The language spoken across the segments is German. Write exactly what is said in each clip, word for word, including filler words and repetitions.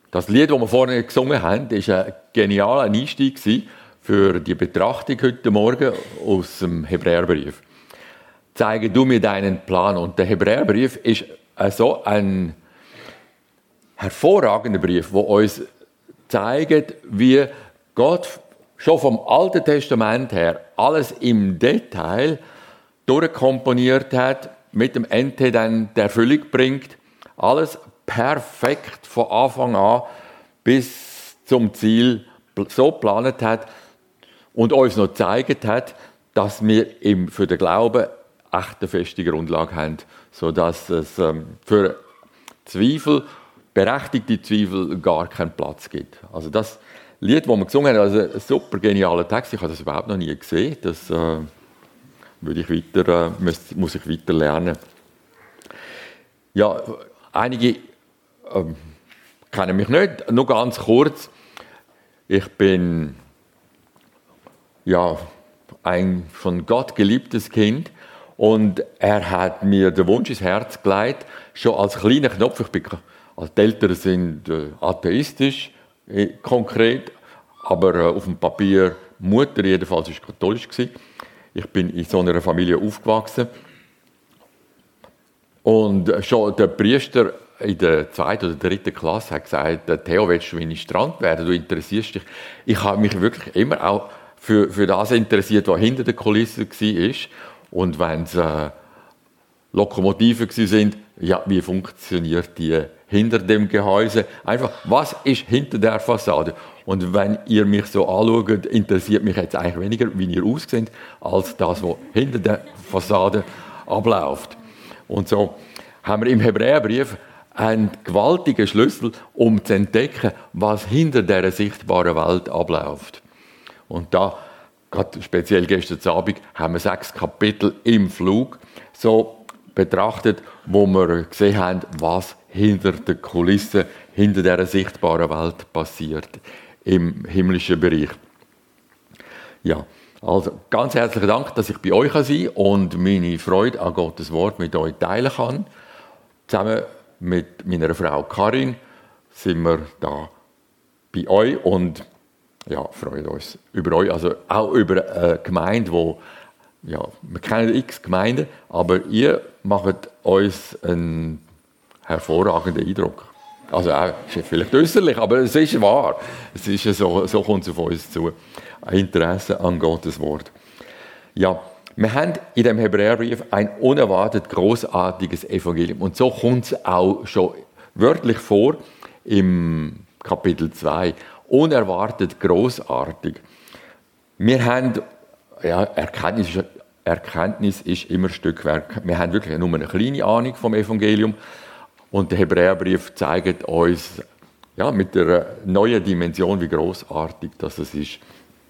Das Lied, das wir vorhin gesungen haben, war ein genialer Einstieg für die Betrachtung heute Morgen aus dem Hebräerbrief. Zeige du mir deinen Plan. Und der Hebräerbrief ist so ein hervorragender Brief, der uns zeigt, wie Gott schon vom Alten Testament her alles im Detail durchkomponiert hat, mit dem Ende dann der Erfüllung bringt. Alles perfekt von Anfang an bis zum Ziel so geplant hat und uns noch gezeigt hat, dass wir für den Glauben echt eine feste Grundlage haben, sodass es ähm, für Zweifel, berechtigte Zweifel, gar keinen Platz gibt. Also das Lied, das wir gesungen haben, also ein super genialer Text, ich habe das überhaupt noch nie gesehen, das äh, würde ich weiter, äh, muss, muss ich weiter lernen. Ja, einige ähm, kennen mich nicht, nur ganz kurz. Ich bin ja, ein von Gott geliebtes Kind und er hat mir den Wunsch ins Herz gelegt, schon als kleiner Knopf, ich bin, also die Eltern sind äh, atheistisch, äh, konkret, aber äh, auf dem Papier, Mutter jedenfalls war katholisch gewesen. Ich bin in so einer Familie aufgewachsen und schon der Priester in der zweiten oder dritten Klasse hat gesagt, Theo, willst du Ministrant werden? Du interessierst dich. Ich habe mich wirklich immer auch für, für das interessiert, was hinter der Kulisse war. Und wenn es äh, Lokomotiven waren, ja, wie funktioniert die hinter dem Gehäuse? Einfach, was ist hinter der Fassade? Und wenn ihr mich so anschaut, interessiert mich jetzt eigentlich weniger, wie ihr ausseht, als das, was hinter der Fassade abläuft. Und so haben wir im Hebräerbrief einen gewaltigen Schlüssel, um zu entdecken, was hinter dieser sichtbaren Welt abläuft. Und da, gerade speziell gestern Abend, haben wir sechs Kapitel im Flug so betrachtet, wo wir gesehen haben, was hinter der Kulisse, hinter dieser sichtbaren Welt passiert, im himmlischen Bereich. Ja, also ganz herzlichen Dank, dass ich bei euch sein kann und meine Freude an Gottes Wort mit euch teilen kann. Zusammen mit meiner Frau Karin sind wir da bei euch und ja, freuen uns über euch, also auch über eine Gemeinde, wo ja, wir kennen x Gemeinden, aber ihr macht uns einen hervorragenden Eindruck. Also auch, ist vielleicht äußerlich, aber es ist wahr. Es ist so, so kommt es auf uns zu. Ein Interesse an Gottes Wort. Ja, wir haben in dem Hebräerbrief ein unerwartet großartiges Evangelium. Und so kommt es auch schon wörtlich vor im Kapitel zwei. Unerwartet großartig. Wir haben, ja, Erkenntnis ist, Erkenntnis ist immer Stückwerk. Wir haben wirklich nur eine kleine Ahnung vom Evangelium. Und der Hebräerbrief zeigt uns ja, mit der neuen Dimension, wie großartig das ist.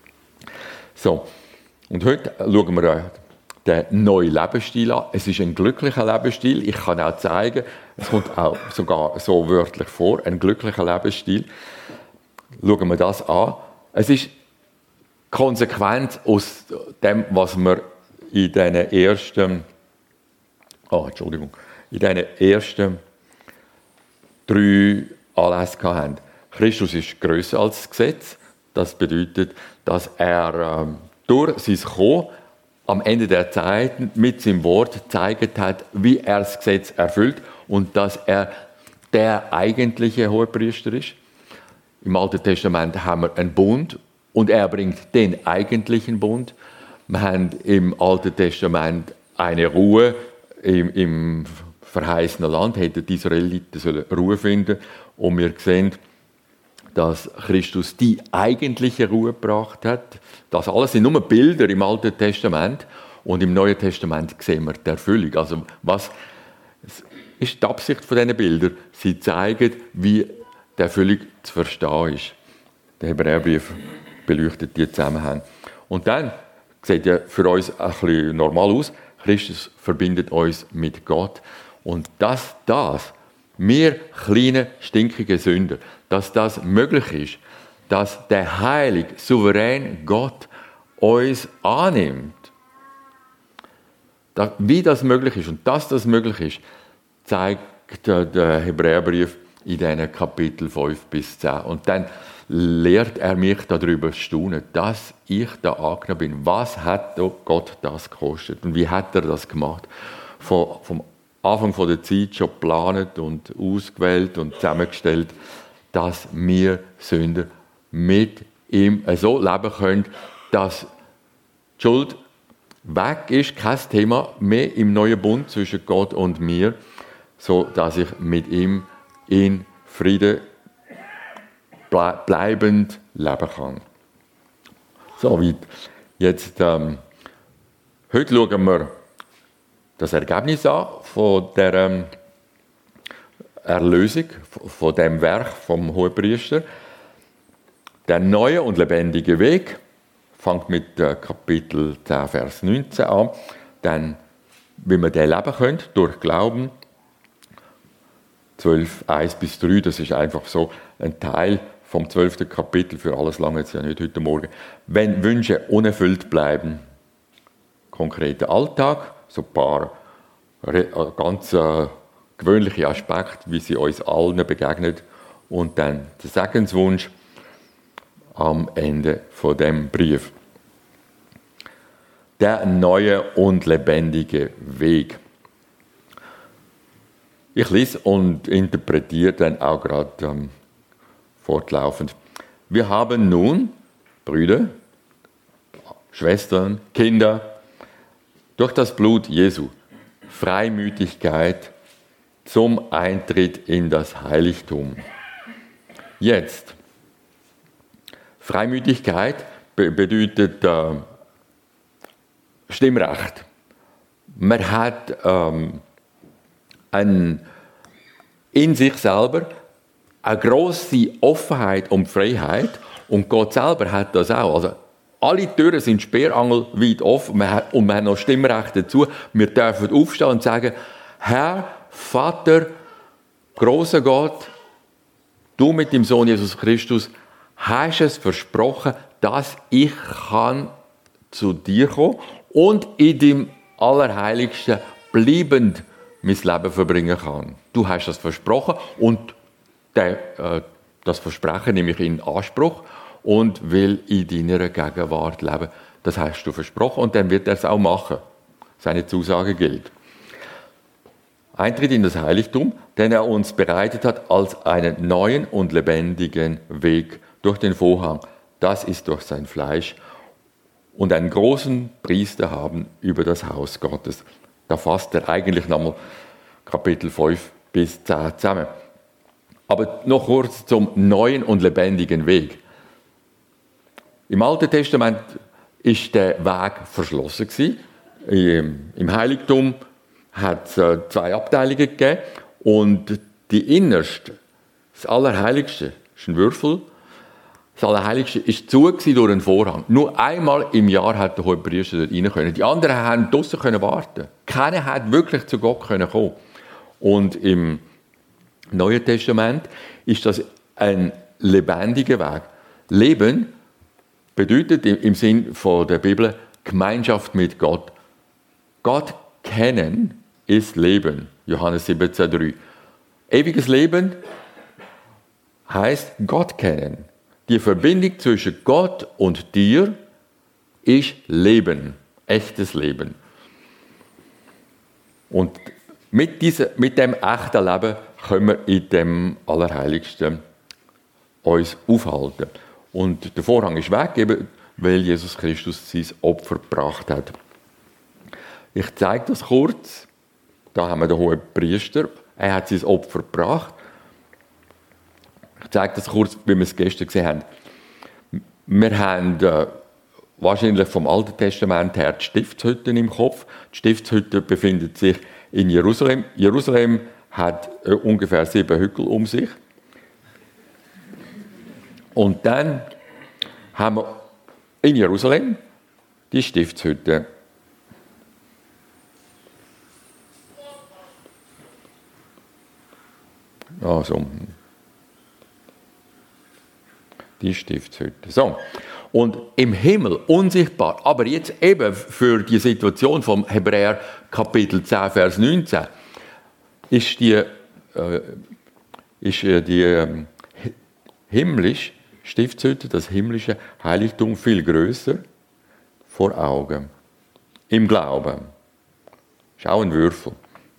So, und heute schauen wir den neuen Lebensstil an. Es ist ein glücklicher Lebensstil. Ich kann auch zeigen, es kommt auch sogar so wörtlich vor, ein glücklicher Lebensstil. Schauen wir das an. Es ist Konsequenz aus dem, was wir in diesen ersten, oh, Entschuldigung, in diesen ersten drei Anlässen hatten. Christus ist grösser als das Gesetz. Das bedeutet, dass er ähm, durch sein Kommen am Ende der Zeit mit seinem Wort gezeigt hat, wie er das Gesetz erfüllt und dass er der eigentliche Hohepriester ist. Im Alten Testament haben wir einen Bund und er bringt den eigentlichen Bund. Wir haben im Alten Testament eine Ruhe im, im verheißenen Land, hätten die Israeliten sollen Ruhe finden und wir sehen, dass Christus die eigentliche Ruhe gebracht hat. Das alles sind nur Bilder im Alten Testament und im Neuen Testament sehen wir die Erfüllung. Also was ist die Absicht von diesen Bildern? Sie zeigen, wie die Erfüllung zu verstehen ist. Der Hebräerbrief beleuchtet die Zusammenhänge. Und dann sieht ja für uns ein bisschen normal aus. Christus verbindet uns mit Gott. Und dass das, wir kleine, stinkige Sünder, dass das möglich ist, dass der heilige, souveräne Gott uns annimmt. Wie das möglich ist und dass das möglich ist, zeigt der Hebräerbrief in diesen Kapitel fünf bis zehn. Und dann lehrt er mich darüber staunen, dass ich da angenommen bin. Was hat Gott das gekostet? Und wie hat er das gemacht? Von, vom Anfang der Zeit schon geplant und ausgewählt und zusammengestellt, dass wir Sünder mit ihm so leben können, dass die Schuld weg ist, kein Thema mehr im neuen Bund zwischen Gott und mir, so dass ich mit ihm in Frieden bleibend leben kann. Soweit. Jetzt, ähm, heute schauen wir das Ergebnis an von der ähm, Erlösung, von dem Werk vom Hohepriester. Der neue und lebendige Weg fängt mit äh, Kapitel zehn, Vers neunzehn an. Dann, wie wir den leben können, durch Glauben. zwölf, eins bis drei, das ist einfach so ein Teil vom zwölften Kapitel, für alles lange jetzt ja nicht heute Morgen. Wenn Wünsche unerfüllt bleiben, konkreter Alltag, so ein paar ganz äh, gewöhnliche Aspekte, wie sie uns allen begegnet, und dann der Segenswunsch am Ende von dem Brief. Der neue und lebendige Weg. Ich lese und interpretiere dann auch gerade ähm, fortlaufend. Wir haben nun, Brüder, Schwestern, Kinder, durch das Blut Jesu Freimütigkeit zum Eintritt in das Heiligtum. Jetzt, Freimütigkeit be- bedeutet äh, Stimmrecht. Man hat ähm, ein, in sich selber eine grosse Offenheit und Freiheit, und Gott selber hat das auch. Also, alle Türen sind sperrangelweit offen und wir haben noch Stimmrecht dazu. Wir dürfen aufstehen und sagen, Herr, Vater, großer Gott, du mit dem Sohn Jesus Christus hast es versprochen, dass ich kann zu dir kommen und in dem Allerheiligsten bleibend mein Leben verbringen kann. Du hast das versprochen und der, äh, das Versprechen nehme ich in Anspruch und will in deiner Gegenwart leben. Das hast du versprochen und dann wird er es auch machen. Seine Zusage gilt. Eintritt in das Heiligtum, den er uns bereitet hat als einen neuen und lebendigen Weg durch den Vorhang. Das ist durch sein Fleisch. Und einen großen Priester haben über das Haus Gottes. Da fasst er eigentlich nochmal Kapitel fünf bis zehn zusammen. Aber noch kurz zum neuen und lebendigen Weg. Im Alten Testament ist der Weg verschlossen gewesen. Im Heiligtum hat es zwei Abteilungen gegeben und die innerste, das Allerheiligste, ist ein Würfel. Das Allerheiligste ist zu durch einen Vorhang. Nur einmal im Jahr hat der Hohepriester dort rein können. Die anderen haben draussen warten. Keiner hat wirklich zu Gott kommen. Und im Neuen Testament ist das ein lebendiger Weg. Leben bedeutet im Sinn von der Bibel Gemeinschaft mit Gott. Gott kennen ist Leben. Johannes siebzehn drei. Ewiges Leben heißt Gott kennen. Die Verbindung zwischen Gott und dir ist Leben, echtes Leben. Und mit, dieser, mit dem echten Leben können wir in dem Allerheiligsten uns aufhalten. Und der Vorhang ist weg, weil Jesus Christus sein Opfer gebracht hat. Ich zeige das kurz. Da haben wir den Hohepriester. Er hat sein Opfer gebracht. Ich zeige das kurz, wie wir es gestern gesehen haben. Wir haben äh, wahrscheinlich vom Alten Testament her die Stiftshütte im Kopf. Die Stiftshütte befindet sich in Jerusalem. Jerusalem hat äh, ungefähr sieben Hügel um sich. Und dann haben wir in Jerusalem die Stiftshütte. Also, die Stiftshütte. So. Und im Himmel, unsichtbar, aber jetzt eben für die Situation vom Hebräer Kapitel zehn, Vers neunzehn, ist die, äh, ist äh, die ähm, himmlisch, Stiftshütte, das himmlische Heiligtum viel größer vor Augen. Im Glauben. Ist auch ein Würfel.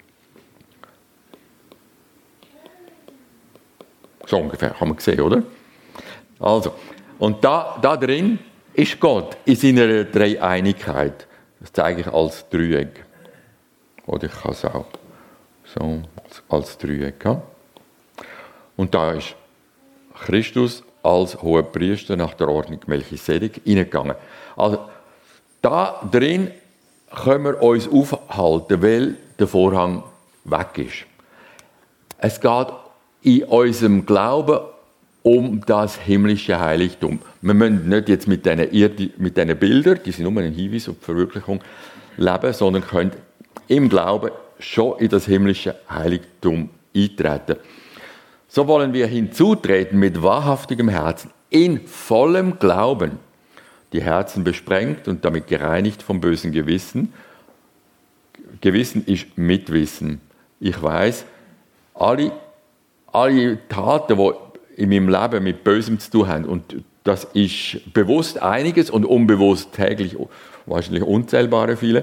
So ungefähr, haben wir gesehen, oder? Also, und da, da drin ist Gott in seiner Dreieinigkeit. Das zeige ich als Dreieck. Oder ich kann es auch so als Dreieck haben. Und da ist Christus als Hohepriester nach der Ordnung Melchisedek hineingegangen. Also, da drin können wir uns aufhalten, weil der Vorhang weg ist. Es geht in unserem Glauben um das himmlische Heiligtum. Wir müssen nicht jetzt mit diesen, mit diesen Bildern, die sind nur ein Hinweis auf die Verwirklichung, leben, sondern können im Glauben schon in das himmlische Heiligtum eintreten. So wollen wir hinzutreten mit wahrhaftigem Herzen, in vollem Glauben, die Herzen besprengt und damit gereinigt vom bösen Gewissen. Gewissen ist Mitwissen. Ich weiß, alle, alle Taten, die in meinem Leben mit Bösem zu tun haben, und das ist bewusst einiges und unbewusst täglich wahrscheinlich unzählbare viele,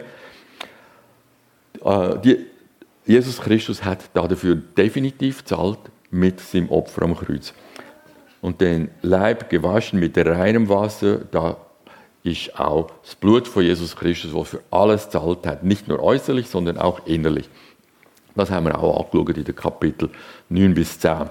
äh, die, Jesus Christus hat dafür definitiv gezahlt mit seinem Opfer am Kreuz. Und den Leib gewaschen mit reinem Wasser, da ist auch das Blut von Jesus Christus, das für alles gezahlt hat. Nicht nur äußerlich, sondern auch innerlich. Das haben wir auch angeschaut in den Kapiteln neun bis zehn.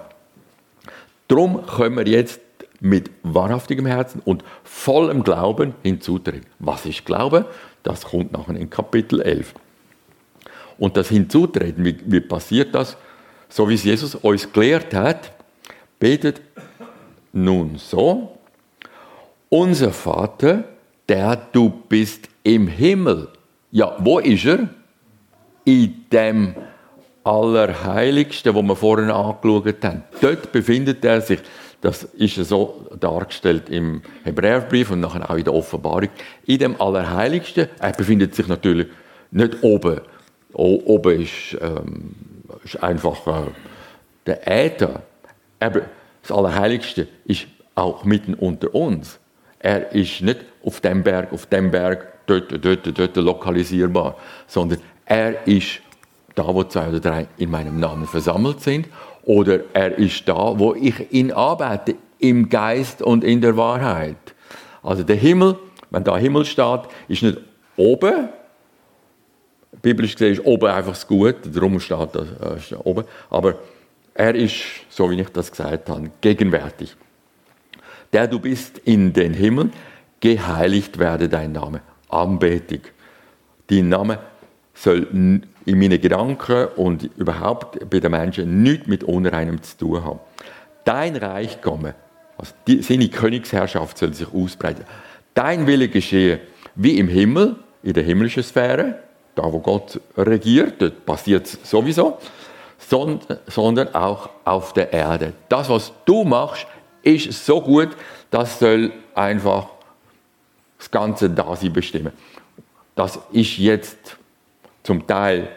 Darum können wir jetzt mit wahrhaftigem Herzen und vollem Glauben hinzutreten. Was ist Glaube? Das kommt nachher in Kapitel elf. Und das Hinzutreten, wie, wie passiert das? So wie es Jesus uns gelehrt hat, betet nun so: Unser Vater, der du bist im Himmel. Ja, wo ist er? In dem Allerheiligsten, wo wir vorhin angeschaut haben. Dort befindet er sich. Das ist so dargestellt im Hebräerbrief und nachher auch in der Offenbarung. In dem Allerheiligsten. Er befindet sich natürlich nicht oben. O- oben ist, ähm, ist einfach äh, der Äther. Aber das Allerheiligste ist auch mitten unter uns. Er ist nicht auf dem Berg, auf dem Berg, dort, dort, dort lokalisierbar, sondern er ist da, wo zwei oder drei in meinem Namen versammelt sind, oder er ist da, wo ich ihn arbeite, im Geist und in der Wahrheit. Also der Himmel, wenn da Himmel steht, ist nicht oben. Biblisch gesehen ist oben einfach das Gute, darum steht das äh, oben. Aber er ist, so wie ich das gesagt habe, gegenwärtig. Der du bist in den Himmel, geheiligt werde dein Name. Anbetung. Dein Name soll in meinen Gedanken und überhaupt bei den Menschen nichts mit Unreinem zu tun haben. Dein Reich komme, also die, seine Königsherrschaft soll sich ausbreiten. Dein Wille geschehe, wie im Himmel, in der himmlischen Sphäre, da wo Gott regiert, dort passiert es sowieso, sondern, sondern auch auf der Erde. Das, was du machst, ist so gut, das soll einfach das ganze Dasein bestimmen. Das ist jetzt zum Teil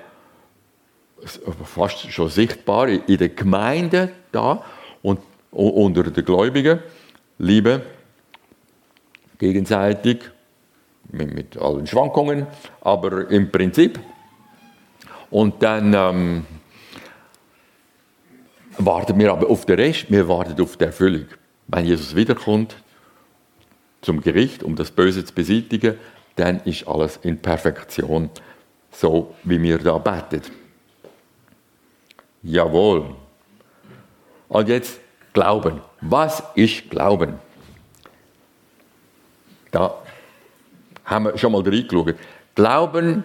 fast schon sichtbar in der Gemeinde da und unter den Gläubigen. Liebe gegenseitig, mit, mit allen Schwankungen, aber im Prinzip. Und dann ähm, warten wir aber auf den Rest, wir warten auf die Erfüllung. Wenn Jesus wiederkommt zum Gericht, um das Böse zu beseitigen, dann ist alles in Perfektion, so wie wir da beten. Jawohl. Und jetzt Glauben. Was ist Glauben? Da haben wir schon mal reingeschaut. Glauben,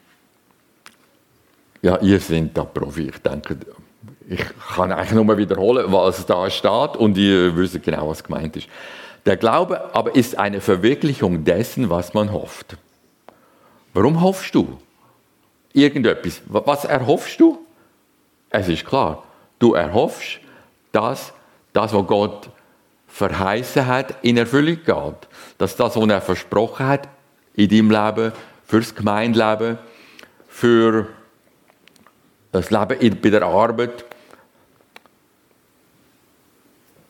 ja, ihr seid da Profi. Ich denke, ich kann eigentlich nur wiederholen, was da steht, und ihr wisst genau, was gemeint ist. Der Glaube aber ist eine Verwirklichung dessen, was man hofft. Warum hoffst du irgendetwas? Was erhoffst du? Es ist klar, du erhoffst, dass das, was Gott verheißen hat, in Erfüllung geht. Dass das, was er versprochen hat, in deinem Leben, fürs Gemeindeleben, für das Leben bei der Arbeit,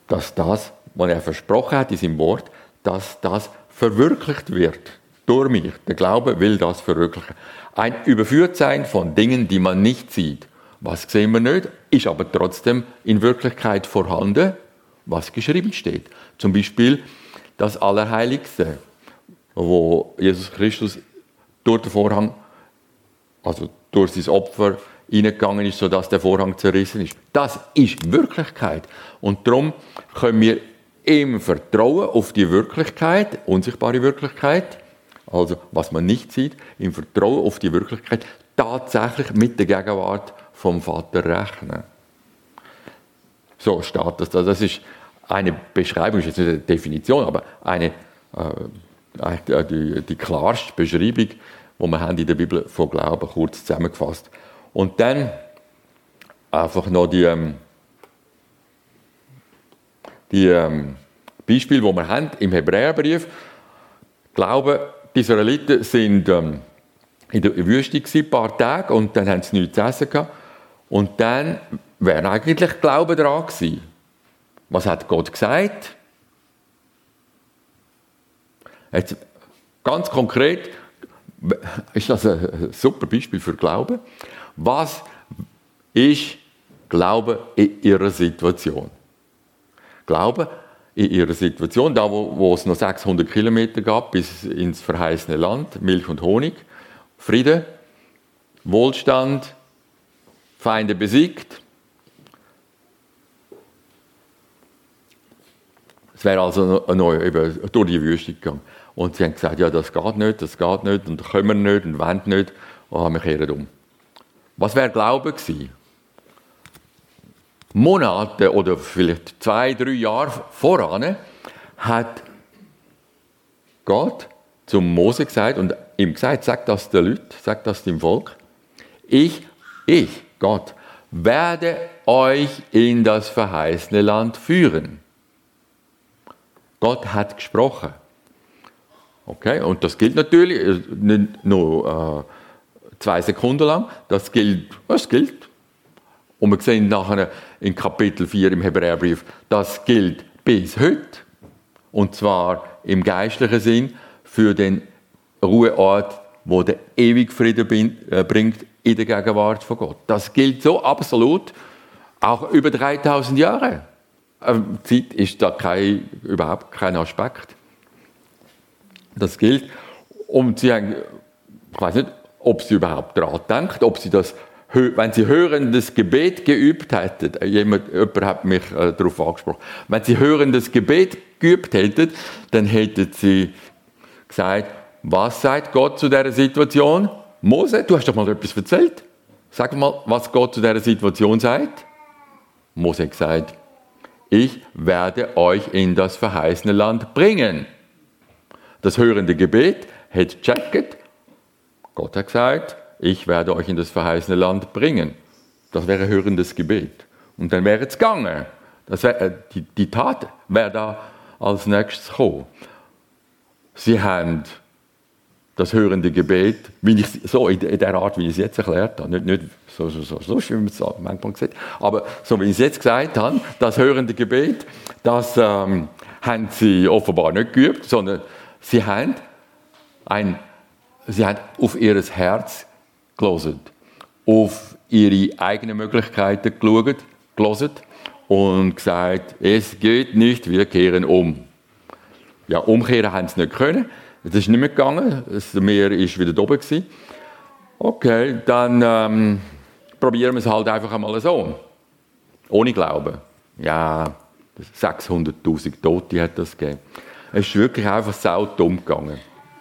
dass das, was er versprochen hat in seinem Wort, dass das verwirklicht wird. Durch mich. Der Glaube will das verwirklichen. Ein Überführtsein von Dingen, die man nicht sieht. Was sehen wir nicht, ist aber trotzdem in Wirklichkeit vorhanden, was geschrieben steht. Zum Beispiel das Allerheiligste, wo Jesus Christus durch den Vorhang, also durch sein Opfer hineingegangen ist, sodass der Vorhang zerrissen ist. Das ist Wirklichkeit. Und darum können wir im Vertrauen auf die Wirklichkeit, unsichtbare Wirklichkeit, also was man nicht sieht, im Vertrauen auf die Wirklichkeit, tatsächlich mit der Gegenwart vom Vater rechnen. So steht das. Das ist eine Beschreibung, ist jetzt nicht eine Definition, aber eine, äh, die, die klarste Beschreibung, die wir haben in der Bibel von Glauben, kurz zusammengefasst. Und dann einfach noch die, ähm, die ähm, Beispiele, die wir haben im Hebräerbrief. Glaube, die Israeliten sind ähm, in der Wüste gewesen, ein paar Tage, und dann haben sie nichts zu essen gehabt. Und dann wäre eigentlich Glaube dran gewesen. Was hat Gott gesagt? Jetzt, ganz konkret ist das ein super Beispiel für Glauben. Was ist Glaube in ihrer Situation? Glaube in ihrer Situation, da wo, wo es noch sechshundert Kilometer gab bis ins verheißene Land, Milch und Honig, Friede, Wohlstand, Feinde besiegt. Es wäre also neu eben durch die Wüste gegangen. Und sie haben gesagt, ja, das geht nicht, das geht nicht, und können wir nicht, und wollen nicht, und wir kehren um. Was wäre Glaube gewesen? Monate oder vielleicht zwei, drei Jahre voran hat Gott zum Mose gesagt und ihm gesagt, sag das den Leuten, sag das dem Volk, ich, ich, Gott, werde euch in das verheißene Land führen. Gott hat gesprochen. Okay, und das gilt natürlich nicht nur äh, zwei Sekunden lang, das gilt, das gilt. Und wir sehen nachher in Kapitel vier im Hebräerbrief, das gilt bis heute. Und zwar im geistlichen Sinn für den Ruheort, wo der ewige Frieden bringt in der Gegenwart von Gott. Das gilt so absolut auch über dreitausend Jahre. Ähm, Zeit ist da kein, überhaupt kein Aspekt. Das gilt. Und sie haben, ich weiß nicht, ob sie überhaupt daran denkt, ob sie das, wenn sie hörendes Gebet geübt hätten, jemand, jemand hat mich äh, darauf angesprochen, wenn sie hörendes Gebet geübt hätten, dann hätten sie gesagt, was sagt Gott zu dieser Situation? Mose, du hast doch mal etwas erzählt. Sag mal, was Gott zu dieser Situation sagt. Mose hat gesagt, ich werde euch in das verheißene Land bringen. Das hörende Gebet hat gecheckt. Gott hat gesagt, ich werde euch in das verheißene Land bringen. Das wäre hörendes Gebet. Und dann wäre es gegangen. Das wäre, die, die Tat wäre da als nächstes gekommen. Sie haben das hörende Gebet, wie ich, so in der Art, wie ich es jetzt erklärt habe, nicht, nicht so, so, so, so wie man es manchmal sieht, aber so wie ich es jetzt gesagt habe, das hörende Gebet, das ähm, haben sie offenbar nicht geübt, sondern sie haben, ein, sie haben auf ihr Herz gelesen, auf ihre eigenen Möglichkeiten geschaut, gelesen und gesagt, es geht nicht, wir kehren um. Ja, umkehren haben sie nicht können. Das ist nicht mehr gegangen. Das Meer war wieder oben gewesen. Okay, dann ähm, probieren wir es halt einfach einmal so. Ohne Glauben. Ja, sechshunderttausend Tote hat das gegeben. Es ist wirklich einfach saudumm gegangen.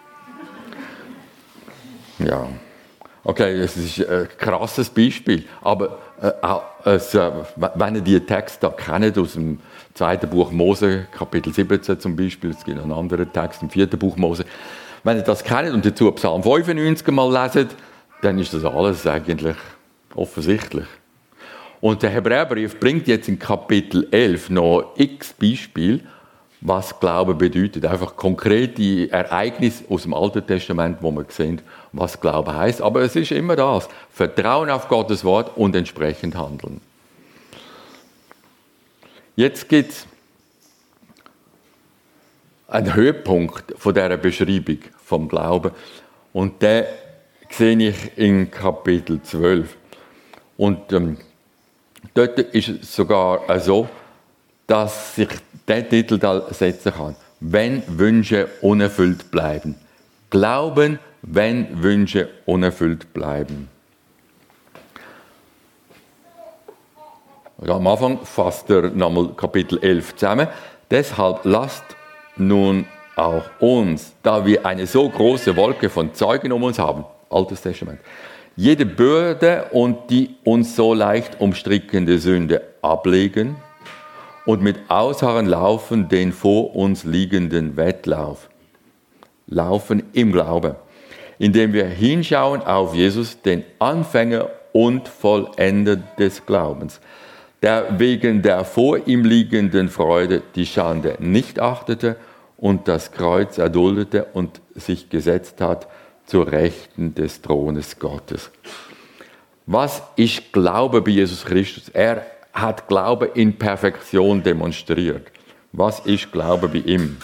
Ja. Okay, das ist ein krasses Beispiel. Aber äh, äh, wenn ihr diesen Text da kennt, aus dem zweiten Buch Mose, Kapitel siebzehn zum Beispiel, es gibt einen anderen Text im vierten Buch Mose, wenn ihr das kennt und dazu Psalm fünfundneunzig mal leset, dann ist das alles eigentlich offensichtlich. Und der Hebräerbrief bringt jetzt in Kapitel elf noch x Beispiele, was Glaube bedeutet. Einfach konkrete Ereignisse aus dem Alten Testament, wo wir sehen, was Glaube heißt. Aber es ist immer das: Vertrauen auf Gottes Wort und entsprechend handeln. Jetzt gibt es ein Höhepunkt von dieser Beschreibung vom Glauben. Und den sehe ich in Kapitel zwölf. Und ähm, dort ist es sogar so, dass sich der Titel da setzen kann. Wenn Wünsche unerfüllt bleiben. Glauben, wenn Wünsche unerfüllt bleiben. Und am Anfang fasst er nochmal Kapitel elf zusammen. Deshalb lasst nun auch uns, da wir eine so große Wolke von Zeugen um uns haben, Altes Testament, jede Bürde und die uns so leicht umstrickende Sünde ablegen und mit Ausharren laufen den vor uns liegenden Wettlauf. Laufen im Glauben, indem wir hinschauen auf Jesus, den Anfänger und Vollender des Glaubens, der wegen der vor ihm liegenden Freude die Schande nicht achtete und das Kreuz erduldete und sich gesetzt hat zur Rechten des Thrones Gottes. Was ist Glaube bei Jesus Christus? Er hat Glaube in Perfektion demonstriert. Was ist Glaube bei ihm?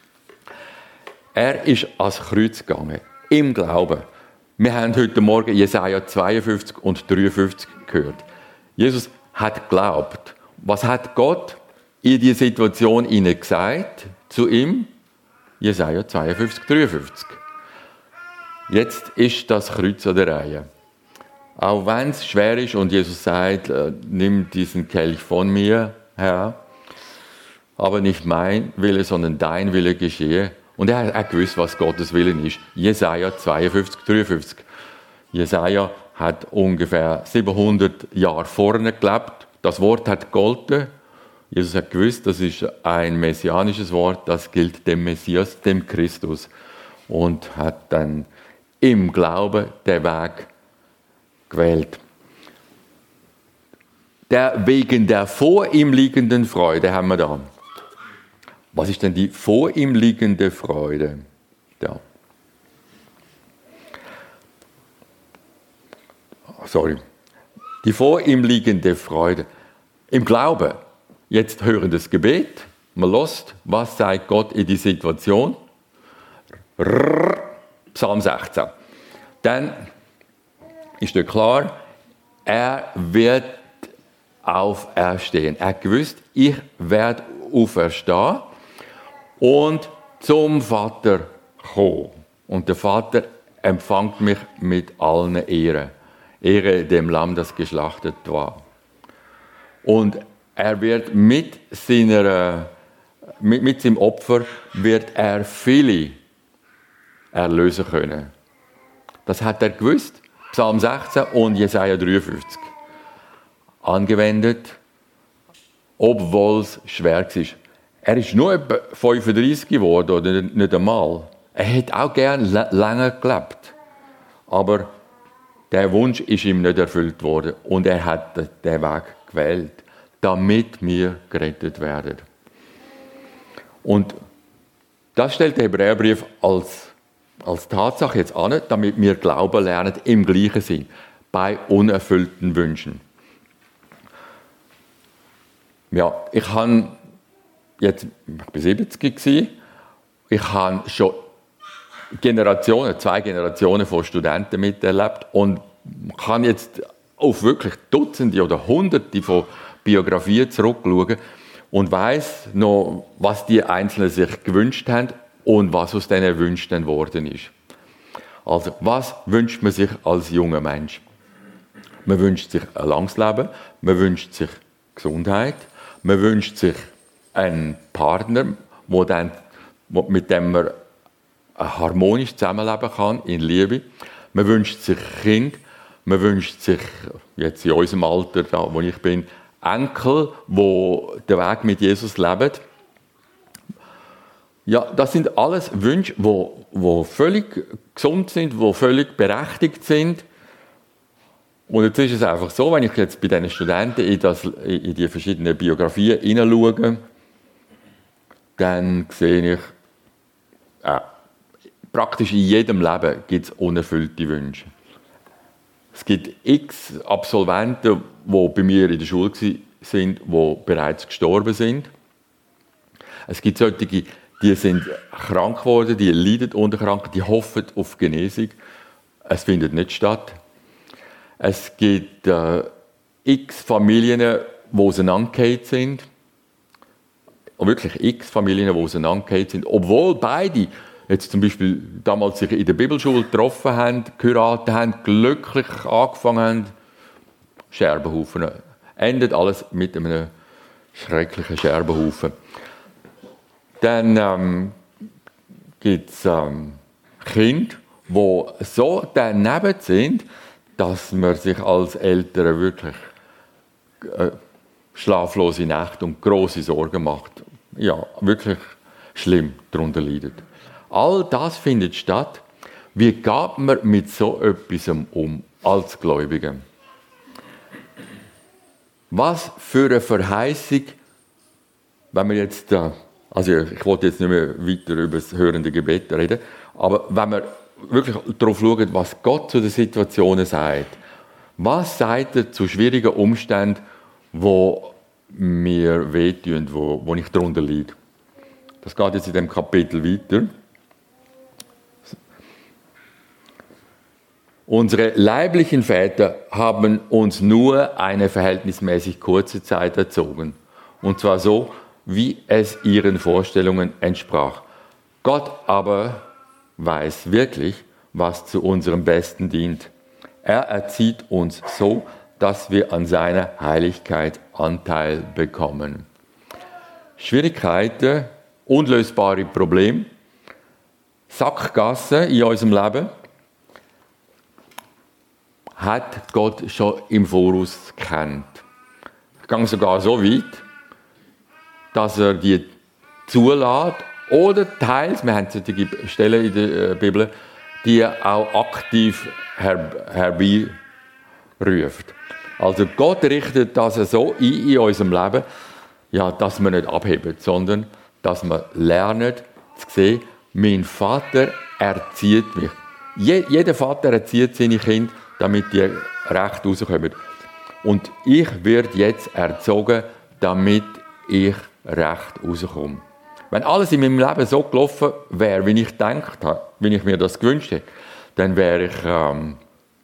Er ist ans Kreuz gegangen, im Glauben. Wir haben heute Morgen Jesaja zweiundfünfzig und dreiundfünfzig gehört. Jesus hat geglaubt. Was hat Gott in die Situation hinein gesagt zu ihm? Jesaja zweiundfünfzig, dreiundfünfzig. Jetzt ist das Kreuz an der Reihe. Auch wenn es schwer ist und Jesus sagt, äh, nimm diesen Kelch von mir, Herr, aber nicht mein Wille, sondern dein Wille geschehe. Und er hat auch gewusst, was Gottes Willen ist. Jesaja zweiundfünfzig, dreiundfünfzig. Jesaja hat ungefähr siebenhundert Jahre vorne gelebt. Das Wort hat gegolten. Jesus hat gewusst, das ist ein messianisches Wort, das gilt dem Messias, dem Christus. Und hat dann im Glauben den Weg gewählt. Der wegen der vor ihm liegenden Freude haben wir da. Was ist denn die vor ihm liegende Freude? Da. Sorry. Die vor ihm liegende Freude. Im Glauben. Jetzt hören das Gebet. Man hört, was sagt Gott in die Situation? Rrr, Psalm sechzehn. Dann ist dir klar, er wird auferstehen. Er hat gewusst, ich werde auferstehen und zum Vater kommen. Und der Vater empfängt mich mit allen Ehren. Ehre dem Lamm, das geschlachtet war. Und er wird mit, seiner, mit, mit seinem Opfer wird er viele erlösen können. Das hat er gewusst. Psalm sechzehn und Jesaja dreiundfünfzig. Angewendet, obwohl es schwer war. Er ist nur etwa fünfunddreißig geworden, oder nicht einmal. Er hätte auch gerne länger gelebt. Aber der Wunsch ist ihm nicht erfüllt worden. Und er hat den Weg gewählt, damit wir gerettet werden. Und das stellt der Hebräerbrief als, als Tatsache jetzt an, damit wir Glauben lernen im gleichen Sinn, bei unerfüllten Wünschen. Ja, ich habe jetzt, ich war siebzig, ich habe schon Generationen, zwei Generationen von Studenten miterlebt und kann jetzt auf wirklich Dutzende oder Hunderte von Biografien zurückschauen und weiss noch, was die Einzelnen sich gewünscht haben und was aus diesen Wünschen geworden ist. Also, was wünscht man sich als junger Mensch? Man wünscht sich ein langes Leben, man wünscht sich Gesundheit, man wünscht sich einen Partner, wo dann, wo, mit dem man harmonisch zusammenleben kann, in Liebe. Man wünscht sich Kind, man wünscht sich, jetzt in unserem Alter, da wo ich bin, Enkel, die den Weg mit Jesus leben. Ja, das sind alles Wünsche, die, die völlig gesund sind, die völlig berechtigt sind. Und jetzt ist es einfach so, wenn ich jetzt bei diesen Studenten in, das, in die verschiedenen Biografien hineinschaue, dann sehe ich, äh, praktisch in jedem Leben gibt es unerfüllte Wünsche. Es gibt x Absolventen, die bei mir in der Schule sind, die bereits gestorben sind. Es gibt solche, die sind krank geworden, die leiden unter Krankheit, die hoffen auf Genesung. Es findet nicht statt. Es gibt äh, x Familien, die auseinandergefallen sind. Und wirklich x Familien, die auseinandergefallen sind. Obwohl beide jetzt zum Beispiel damals sich in der Bibelschule getroffen haben, geheiratet haben, glücklich angefangen haben. Scherbenhaufen. Endet alles mit einem schrecklichen Scherbenhaufen. Dann ähm, gibt es ähm, Kinder, die so daneben sind, dass man sich als Eltern wirklich äh, schlaflose Nächte und grosse Sorgen macht. Ja, wirklich schlimm darunter leidet. All das findet statt. Wie geht man mit so etwas um als Gläubige? Was für eine Verheißung, wenn wir jetzt, also ich wollte jetzt nicht mehr weiter über das hörende Gebet reden, aber wenn wir wirklich darauf schauen, was Gott zu den Situationen sagt, was sagt er zu schwierigen Umständen, wo mir wehtun, wo, wo ich darunter leide. Das geht jetzt in dem Kapitel weiter. Unsere leiblichen Väter haben uns nur eine verhältnismäßig kurze Zeit erzogen. Und zwar so, wie es ihren Vorstellungen entsprach. Gott aber weiß wirklich, was zu unserem Besten dient. Er erzieht uns so, dass wir an seiner Heiligkeit Anteil bekommen. Schwierigkeiten, unlösbare Probleme, Sackgassen in unserem Leben hat Gott schon im Voraus gekannt. Ich gehe sogar so weit, dass er die zulässt oder teils, wir haben solche Stellen in der Bibel, die auch aktiv her- herbeiruft. Also Gott richtet das so ein in unserem Leben, ja, dass wir nicht abheben, sondern dass wir lernen zu sehen, mein Vater erzieht mich. Je, jeder Vater erzieht seine Kinder, damit die recht rauskommen. Und ich werde jetzt erzogen, damit ich recht rauskomme. Wenn alles in meinem Leben so gelaufen wäre, wie ich gedacht habe, wie ich mir das gewünscht hätte, dann wäre ich, ähm,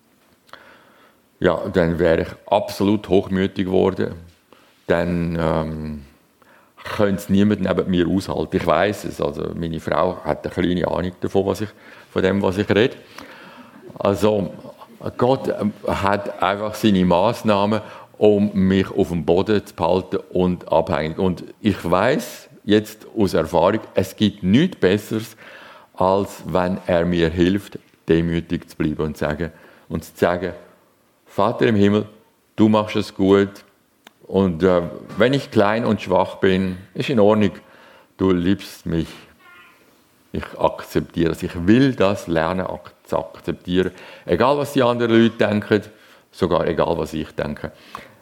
ja, dann wäre ich absolut hochmütig geworden. Dann ähm, könnte es niemand neben mir aushalten. Ich weiß es. Also meine Frau hat eine kleine Ahnung davon, was ich, von dem, was ich rede. Also Gott hat einfach seine Massnahmen, um mich auf dem Boden zu behalten und abhängig. Und ich weiß jetzt aus Erfahrung, es gibt nichts Besseres, als wenn er mir hilft, demütig zu bleiben und zu sagen, und zu sagen, Vater im Himmel, du machst es gut. Und äh, wenn ich klein und schwach bin, ist in Ordnung. Du liebst mich. Ich akzeptiere es. Ich will das lernen zu akzeptieren. Egal, was die anderen Leute denken, sogar egal, was ich denke.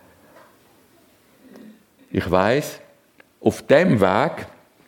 Ich weiß, auf dem Weg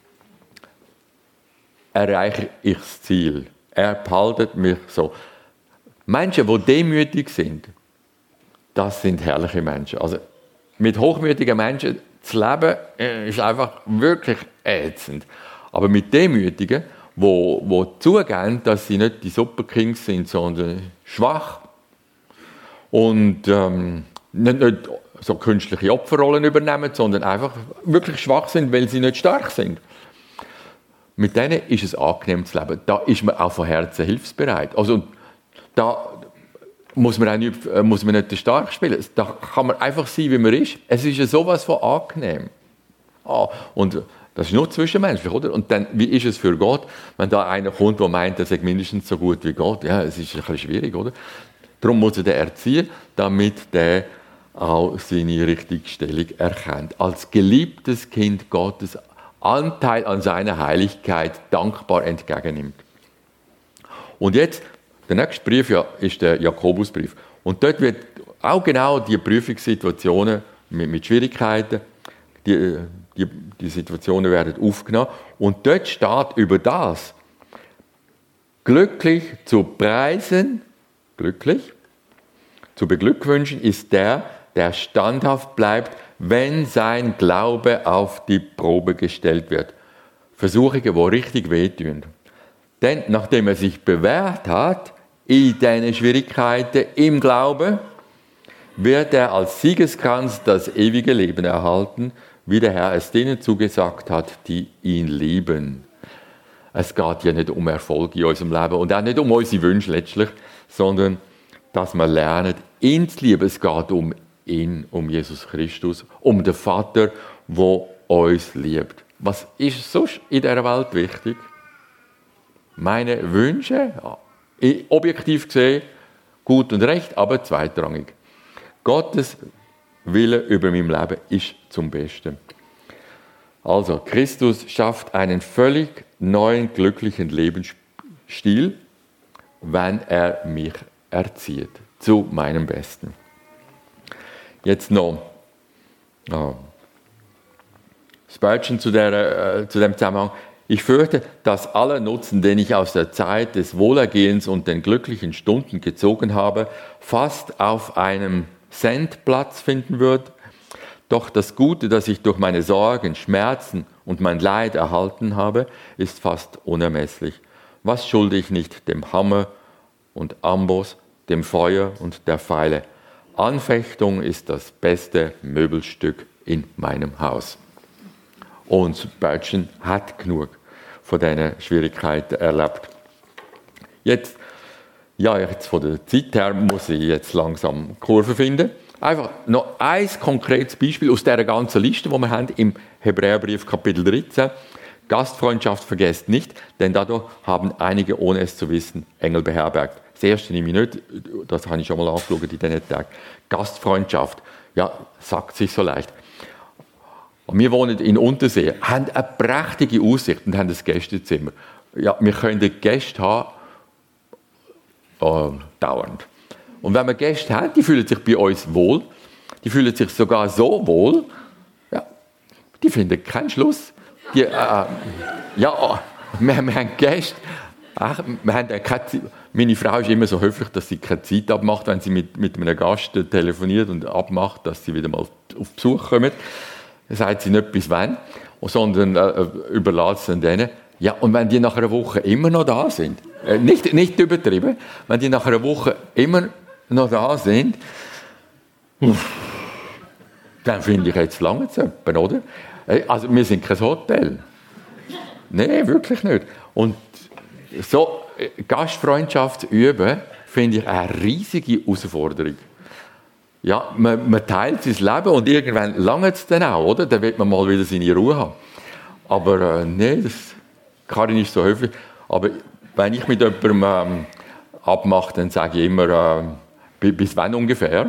erreiche ich das Ziel. Er behaltet mich so. Menschen, die demütig sind, das sind herrliche Menschen. Also mit hochmütigen Menschen zu leben, ist einfach wirklich ätzend. Aber mit demütigen, wo, wo zugeben, dass sie nicht die Superkings sind, sondern schwach und ähm, nicht, nicht so künstliche Opferrollen übernehmen, sondern einfach wirklich schwach sind, weil sie nicht stark sind. Mit denen ist es angenehm zu leben. Da ist man auch von Herzen hilfsbereit. Also da muss man, auch nicht, muss man nicht stark spielen. Da kann man einfach sein, wie man ist. Es ist ja sowas von angenehm. Ah, und das ist nur zwischenmenschlich, oder? Und dann, wie ist es für Gott, wenn da einer kommt, der meint, er sei mindestens so gut wie Gott? Ja, es ist ein bisschen schwierig, oder? Darum muss er den erziehen, damit der auch seine richtige Stellung erkennt. Als geliebtes Kind Gottes Anteil an seiner Heiligkeit dankbar entgegennimmt. Und jetzt, der nächste Brief ja, ist der Jakobusbrief. Und dort wird auch genau die Prüfungssituationen mit, mit Schwierigkeiten, die, die, die Situationen werden aufgenommen. Und dort steht über das, glücklich zu preisen, glücklich, zu beglückwünschen ist der, der standhaft bleibt, wenn sein Glaube auf die Probe gestellt wird. Versuchungen, die richtig wehtun. Denn nachdem er sich bewährt hat, in diesen Schwierigkeiten im Glauben, wird er als Siegeskranz das ewige Leben erhalten, wie der Herr es denen zugesagt hat, die ihn lieben. Es geht ja nicht um Erfolg in unserem Leben und auch nicht um unsere Wünsche letztlich, sondern dass wir lernen, ihn zu lieben. Es geht um ihn, um Jesus Christus, um den Vater, der uns liebt. Was ist sonst in dieser Welt wichtig? Meine Wünsche, objektiv gesehen, gut und recht, aber zweitrangig. Gottes Wille über mein Leben ist zum Besten. Also, Christus schafft einen völlig neuen, glücklichen Lebensstil, wenn er mich erzieht, zu meinem Besten. Jetzt noch oh, Spurgeon zu, der, äh, zu dem Zusammenhang. Ich fürchte, dass aller Nutzen, den ich aus der Zeit des Wohlergehens und den glücklichen Stunden gezogen habe, fast auf einem Cent Platz finden wird. Doch das Gute, das ich durch meine Sorgen, Schmerzen und mein Leid erhalten habe, ist fast unermesslich. Was schulde ich nicht dem Hammer und Amboss, dem Feuer und der Pfeile? Anfechtung ist das beste Möbelstück in meinem Haus. Und Spurgeon hat genug von diesen Schwierigkeiten erlebt. Jetzt, ja, jetzt von der Zeit her muss ich jetzt langsam Kurve finden. Einfach noch ein konkretes Beispiel aus dieser ganzen Liste, die wir haben im Hebräerbrief Kapitel dreizehn. Gastfreundschaft vergesst nicht, denn dadurch haben einige, ohne es zu wissen, Engel beherbergt. Das erste nehme ich nicht, das habe ich schon mal angeschaut in diesen Tagen. Gastfreundschaft, ja, sagt sich so leicht. Wir wohnen in Untersee, haben eine prächtige Aussicht und haben ein Gästezimmer. Ja, wir können Gäste haben, äh, dauernd. Und wenn wir Gäste haben, die fühlen sich bei uns wohl, die fühlen sich sogar so wohl, ja, die finden keinen Schluss. Die, äh, ja, wir, wir haben Gäste, ach, wir haben keine Zeit. Meine Frau ist immer so höflich, dass sie keine Zeit abmacht, wenn sie mit, mit einem Gast telefoniert und abmacht, dass sie wieder mal auf Besuch kommen. Dann sagt sie nicht bis wann, sondern äh, überlässt es denen. Ja, und wenn die nach einer Woche immer noch da sind, äh, nicht, nicht übertrieben, wenn die nach einer Woche immer noch da sind, dann finde ich, jetzt lange zu jemanden, oder? Also wir sind kein Hotel. Nein, wirklich nicht. Und so Gastfreundschaft zu üben, finde ich eine riesige Herausforderung. Ja, man, man teilt sein Leben und irgendwann langt es dann auch, oder? Dann wird man mal wieder seine Ruhe haben. Aber äh, nein, das kann ich nicht so höflich. Aber wenn ich mit jemandem ähm, abmache, dann sage ich immer, äh, bis wann ungefähr?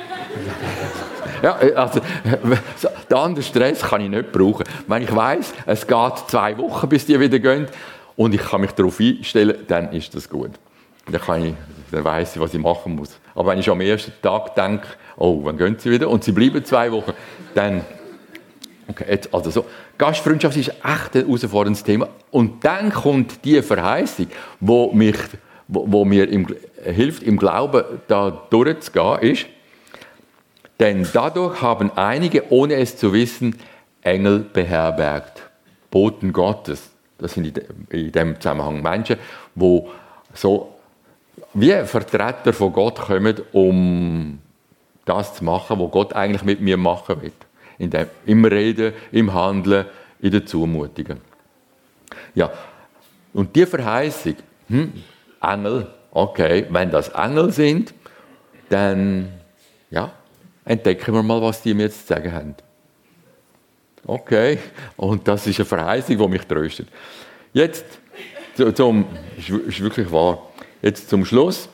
Ja, also, den anderen Stress kann ich nicht brauchen. Wenn ich weiss, es geht zwei Wochen, bis die wieder gehen, und ich kann mich darauf einstellen, dann ist das gut. Dann, kann ich, dann weiss ich, was ich machen muss. Aber wenn ich am ersten Tag denke, oh, wann gehen sie wieder? Und sie bleiben zwei Wochen, dann... Okay, jetzt, also so. Gastfreundschaft ist echt ein herausforderndes Thema. Und dann kommt die Verheißung, wo, mich, wo, wo mir im, hilft, im Glauben da durchzugehen, ist, denn dadurch haben einige, ohne es zu wissen, Engel beherbergt. Boten Gottes. Das sind in dem Zusammenhang Menschen, die so wie Vertreter von Gott kommen, um das zu machen, was Gott eigentlich mit mir machen will. In dem, im Reden, im Handeln, in den Zumutungen. Ja, und die Verheißung, hm, Engel, okay, wenn das Engel sind, dann, ja, entdecken wir mal, was die mir jetzt zu sagen haben. Okay, und das ist eine Verheißung, die mich tröstet. Jetzt, zum, ist wirklich wahr, jetzt zum Schluss,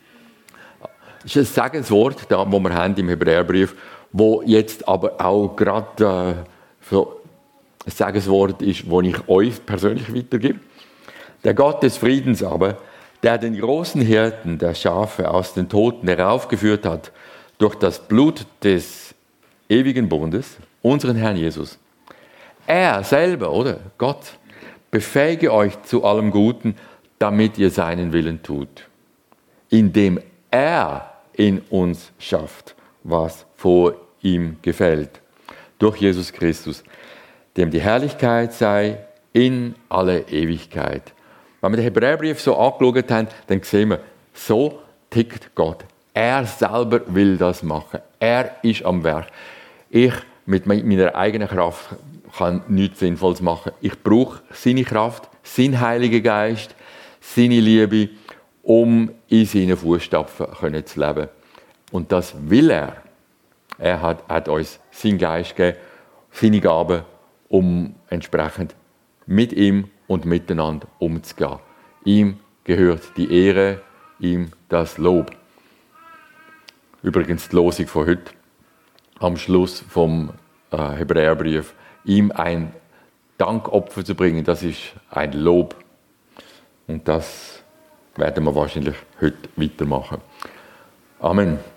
ist ein Segenswort, das wir haben im Hebräerbrief, wo jetzt aber auch gerade äh, so ein Segenswort ist, das ich euch persönlich weitergebe. Der Gott des Friedens aber, der den großen Hirten der Schafe aus den Toten heraufgeführt hat, durch das Blut des ewigen Bundes, unseren Herrn Jesus. Er selber, oder Gott, befähige euch zu allem Guten, damit ihr seinen Willen tut, indem er in uns schafft, was vor ihm gefällt. Durch Jesus Christus, dem die Herrlichkeit sei in alle Ewigkeit. Wenn wir den Hebräerbrief so angeschaut haben, dann sehen wir, so tickt Gott. Er selber will das machen. Er ist am Werk. Ich mit meiner eigenen Kraft kann nichts Sinnvolles machen. Ich brauche seine Kraft, seinen Heiligen Geist, seine Liebe, um in seinen Fußstapfen zu leben. Und das will er. Er hat, hat uns seinen Geist gegeben, seine Gaben, um entsprechend mit ihm und miteinander umzugehen. Ihm gehört die Ehre, ihm das Lob. Übrigens die Losung von heute, am Schluss vom äh, Hebräerbrief, ihm ein Dankopfer zu bringen, das ist ein Lob. Und das werden wir wahrscheinlich heute weitermachen. Amen.